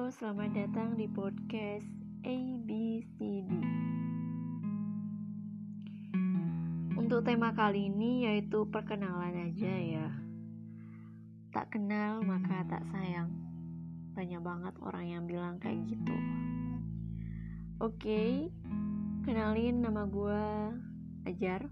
selamat datang di podcast ABCD. Untuk tema kali ini yaitu perkenalan aja ya. Tak kenal maka tak sayang. Banyak banget orang yang bilang kayak gitu. Oke, kenalin, nama gue Ajar.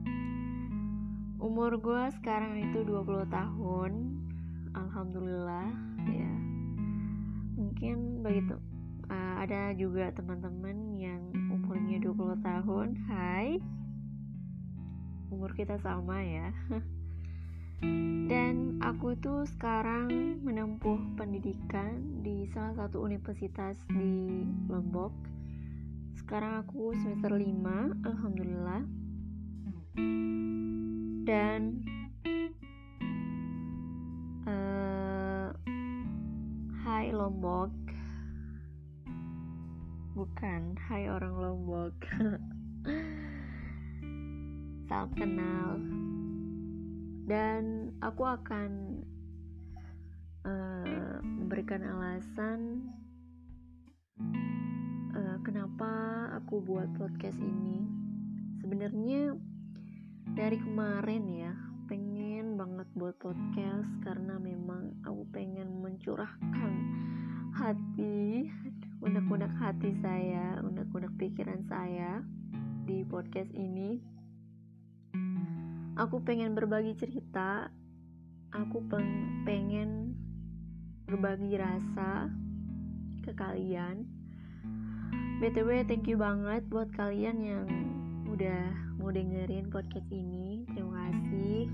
Umur gue sekarang itu 20 tahun. Alhamdulillah ya. Mungkin begitu. Ada juga teman-teman yang umurnya 20 tahun. Hai. Umur kita sama ya. Dan aku tuh sekarang menempuh pendidikan di salah satu universitas di Lombok. Sekarang aku semester 5, alhamdulillah. Dan hai Lombok. Bukan, hai orang Lombok. Salam kenal. Dan aku akan memberikan alasan kenapa aku buat podcast ini. Sebenarnya dari kemarin ya, pengen banget buat podcast karena memang aku pengen mencurahkan hati, unek-unek hati saya, unek-unek pikiran saya di podcast ini. Aku pengen berbagi cerita, aku pengen berbagi rasa ke kalian. BTW, thank you banget buat kalian yang udah mau dengerin podcast ini. Terima kasih.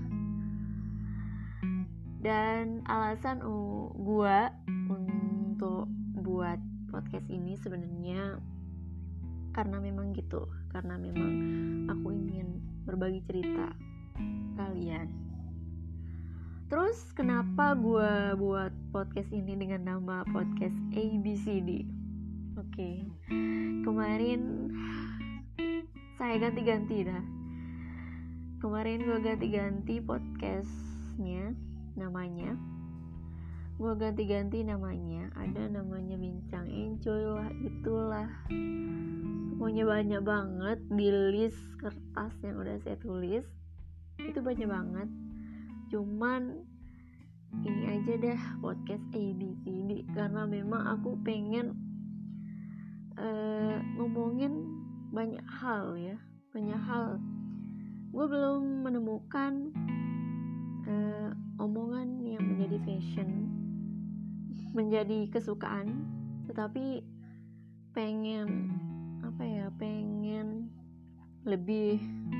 Dan alasan gua untuk buat podcast ini sebenarnya karena memang gitu, karena memang aku ingin berbagi cerita kalian. Terus kenapa gue buat podcast ini dengan nama podcast ABCD? Oke. Kemarin saya ganti-ganti dah. Kemarin gue ganti-ganti podcastnya, namanya. Gue ganti-ganti namanya. Ada namanya Bincang Enjoy lah, itulah. Pokoknya banyak banget di list kertas yang udah saya tulis. Itu banyak banget. Cuman ini aja dah, podcast ABCD, karena memang aku pengen ngomongin banyak hal ya, banyak hal. Gue belum menemukan omongan yang menjadi fashion, menjadi kesukaan, tetapi pengen lebih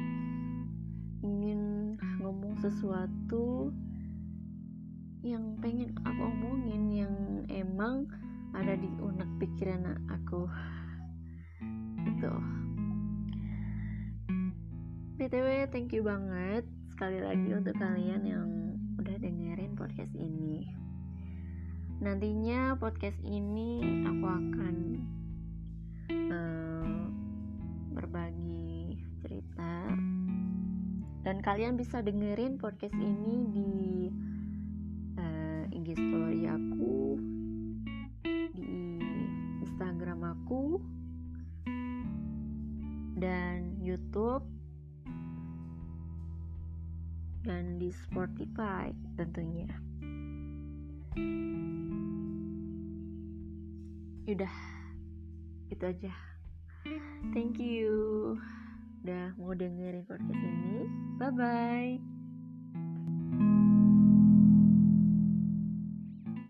ingin ngomong sesuatu yang pengen aku omongin, yang emang ada di unek pikiran aku gitu. BTW, thank you banget sekali lagi untuk kalian yang udah dengerin podcast ini. Nantinya podcast ini aku akan berbagi cerita, dan kalian bisa dengerin podcast ini di IG story aku, di Instagram aku, dan YouTube, dan di Spotify tentunya. Udah, itu aja. Thank you udah mau dengerin podcast ini. Bye bye.